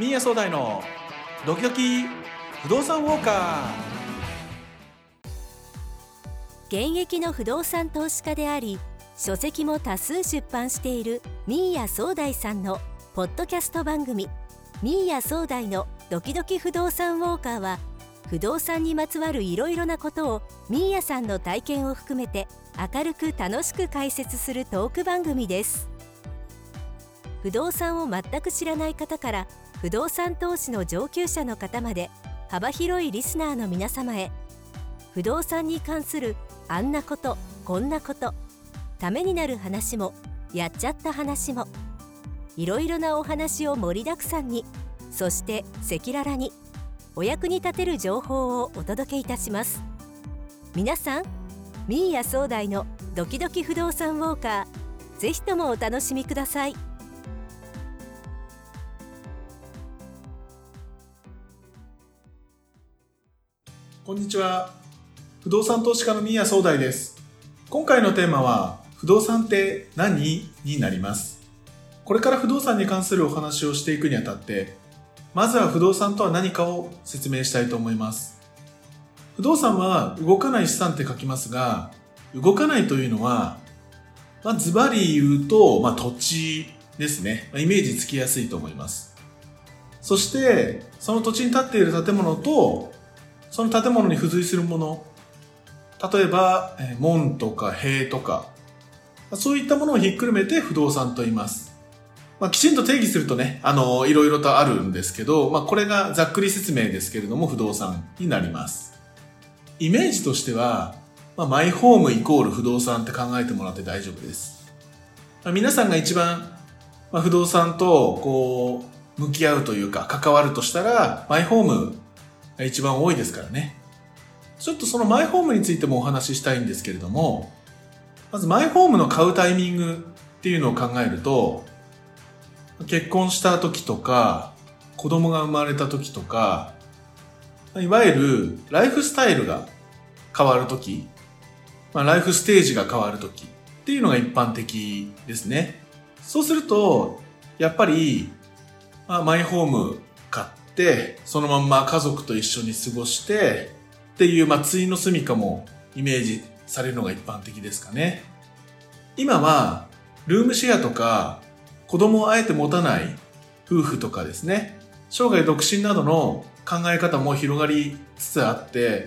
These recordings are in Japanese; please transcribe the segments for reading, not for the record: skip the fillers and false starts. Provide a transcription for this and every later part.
新谷総大のドキドキ不動産ウォーカー。現役の不動産投資家であり、書籍も多数出版している新谷総大さんのポッドキャスト番組新谷総大のドキドキ不動産ウォーカーは、不動産にまつわるいろいろなことを新谷さんの体験を含めて明るく楽しく解説するトーク番組です。不動産を全く知らない方から不動産投資の上級者の方まで、幅広いリスナーの皆様へ、不動産に関するあんなことこんなこと、ためになる話もやっちゃった話も、いろいろなお話を盛りだくさんに、そして赤裸々にお役に立てる情報をお届けいたします。皆さん、新谷総大のドキドキ不動産ウォーカー、ぜひともお楽しみください。 こんにちは。不動産投資家の新谷総大です。今回のテーマは不動産って何になります。これから不動産に関するお話をしていくにあたって、まずは不動産とは何かを説明したいと思います。不動産は動かない資産って書きますが、動かないというのは、ズバリ言うと、土地ですね。イメージつきやすいと思います。そして、その土地に建っている建物と、その建物に付随するもの、例えば門とか塀とか、そういったものをひっくるめて不動産と言います。きちんと定義するとね、いろいろとあるんですけど、これがざっくり説明ですけれども、不動産になります。イメージとしては、マイホームイコール不動産って考えてもらって大丈夫です。皆さんが一番、不動産と向き合うというか関わるとしたら、マイホームが一番多いですからね。ちょっとそのマイホームについてもお話ししたいんですけれども、まずマイホームの買うタイミングっていうのを考えると、結婚した時とか、子供が生まれた時とか、いわゆるライフスタイルが変わる時、ライフステージが変わる時っていうのが一般的ですね。そうすると、やっぱり、マイホーム買って、そのまんま家族と一緒に過ごしてっていう、終の住処もイメージされるのが一般的ですかね。今はルームシェアとか子供をあえて持たない夫婦とかですね、生涯独身などの考え方も広がりつつあって、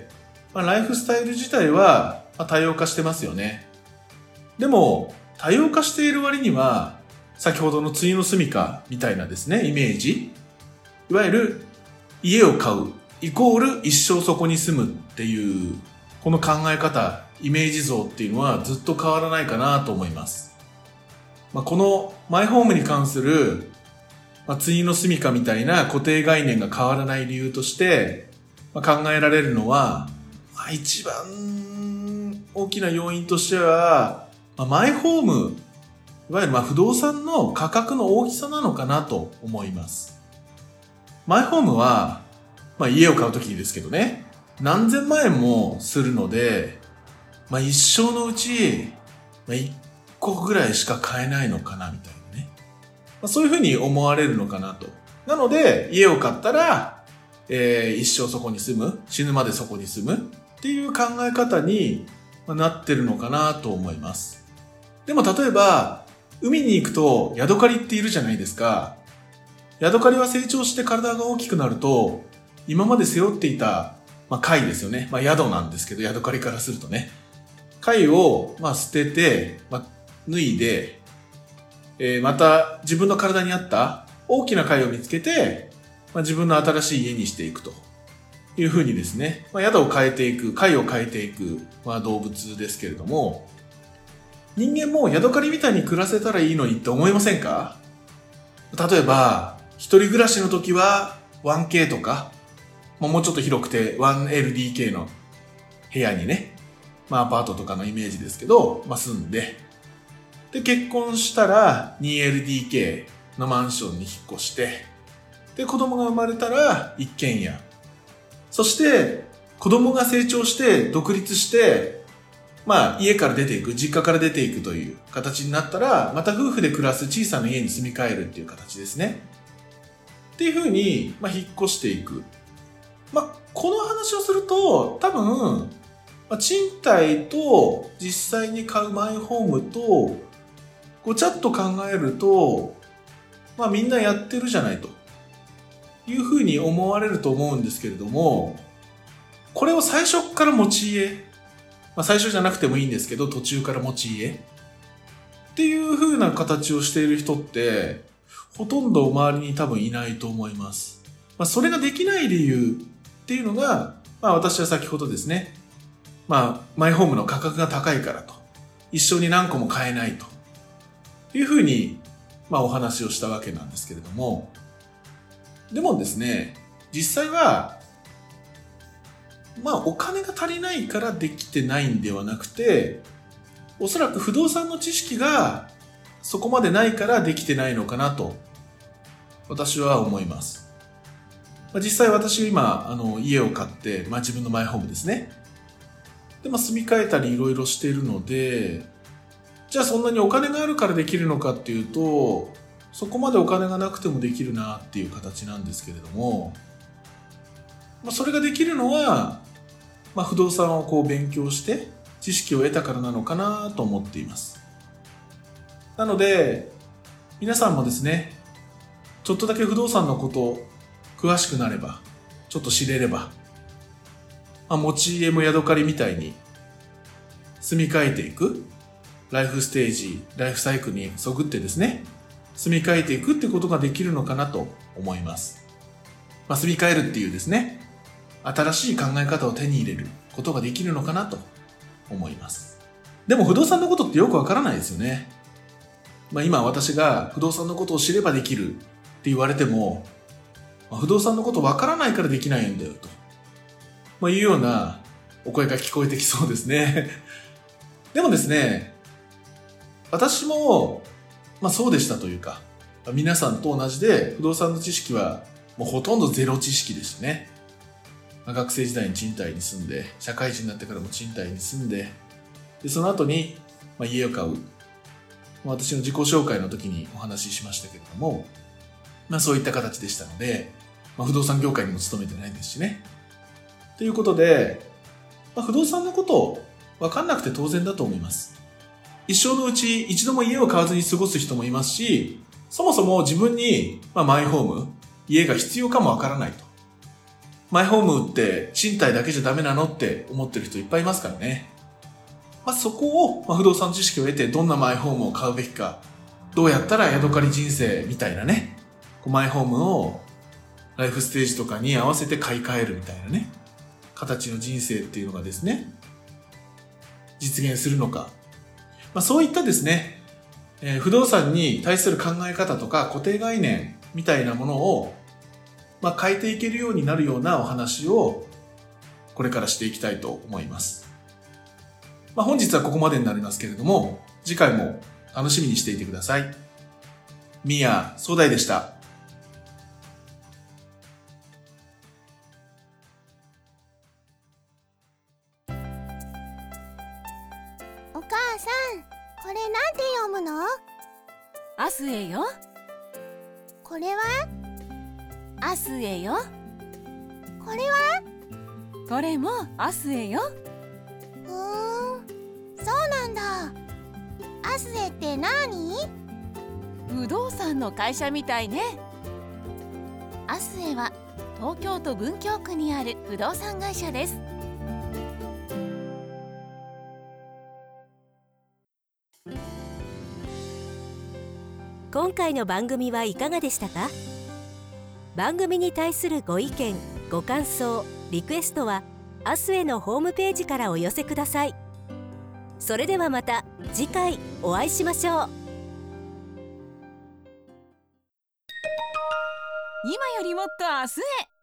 ライフスタイル自体は多様化してますよね。でも多様化している割には、先ほどの終の住処みたいなですね、イメージ、いわゆる家を買うイコール一生そこに住むっていうこの考え方、イメージ像っていうのはずっと変わらないかなと思います。このマイホームに関する終の住処みたいな固定概念が変わらない理由として考えられるのは、一番大きな要因としては、マイホーム、いわゆる不動産の価格の大きさなのかなと思います。マイホームは、家を買うときですけどね、何千万円もするので、一生のうち、1個ぐらいしか買えないのかなみたいなね。そういうふうに思われるのかなと。なので、家を買ったら、一生そこに住む、死ぬまでそこに住むっていう考え方になってるのかなと思います。でも例えば、海に行くとヤドカリっているじゃないですか。ヤドカリは成長して体が大きくなると、今まで背負っていた、貝ですよね。宿なんですけど、ヤドカリからするとね。貝を、捨てて、脱いで、また自分の体に合った大きな貝を見つけて、自分の新しい家にしていくというふうにですね、宿を変えていく、貝を変えていく、動物ですけれども、人間もヤドカリみたいに暮らせたらいいのにって思いませんか？例えば、一人暮らしの時は 1K とか、もうちょっと広くて 1LDK の部屋にね、アパートとかのイメージですけど、住んで、で、結婚したら 2LDK のマンションに引っ越して、で、子供が生まれたら一軒家。そして、子供が成長して独立して、家から出ていく、実家から出ていくという形になったら、また夫婦で暮らす小さな家に住み替えるっていう形ですね。 っていうふうに、引っ越していく。この話をすると多分、賃貸と実際に買うマイホームとごちゃっと考えると、みんなやってるじゃないというふうに思われると思うんですけれども、これを最初から持ち家、最初じゃなくてもいいんですけど途中から持ち家っていうふうな形をしている人ってほとんど周りに多分いないと思います。それができない理由っていうのが、私は先ほどですね、マイホームの価格が高いからと、一緒に何個も買えないというふうに、お話をしたわけなんですけれども、でもですね、実際はお金が足りないからできてないんではなくて、おそらく不動産の知識がそこまでないからできてないのかなと私は思います。実際私今家を買って、自分のマイホームですね。で、住み替えたりいろいろしているので、じゃあそんなにお金があるからできるのかっていうと、そこまでお金がなくてもできるなっていう形なんですけれども、それができるのは、不動産を勉強して知識を得たからなのかなと思っています。なので皆さんもですね、ちょっとだけ不動産のこと詳しくなれば、ちょっと知れれば、持ち家も宿借りみたいに住み替えていく、ライフステージ、ライフサイクルにそぐってですね、住み替えていくってことができるのかなと思います。住み替えるっていうですね、新しい考え方を手に入れることができるのかなと思います。でも不動産のことってよくわからないですよね。今私が不動産のことを知ればできるって言われても、不動産のことわからないからできないんだよと、いうようなお声が聞こえてきそうですね。でもですね、私もそうでしたというか、皆さんと同じで不動産の知識はもうほとんどゼロ知識でしたね。学生時代に賃貸に住んで、社会人になってからも賃貸に住んで、その後に家を買う。私の自己紹介の時にお話ししましたけれども、そういった形でしたので、不動産業界にも勤めてないですしね。ということで、不動産のこと分かんなくて当然だと思います。一生のうち一度も家を買わずに過ごす人もいますし、そもそも自分に、マイホーム、家が必要かもわからないと。マイホームって賃貸だけじゃダメなのって思ってる人いっぱいいますからね。そこを、不動産知識を得てどんなマイホームを買うべきか、どうやったら宿借り人生みたいなね、マイホームをライフステージとかに合わせて買い替えるみたいなね、形の人生っていうのがですね、実現するのか。そういったですね、不動産に対する考え方とか固定概念みたいなものを、変えていけるようになるようなお話をこれからしていきたいと思います。本日はここまでになりますけれども、次回も楽しみにしていてください。宮壮大でした。 お母さん、これなんて読むの？ アスエよ。 これは？ アスエよ。 これは？ これもアスエよ。 そうなんだ。アスエって何？ 不動産の会社みたいね。アスエは東京都文京区にある不動産会社です。 今回の番組はいかがでしたか？番組に対するご意見、ご感想、リクエストはアスエのホームページからお寄せください。それではまた次回お会いしましょう。 今よりもっと明日へ。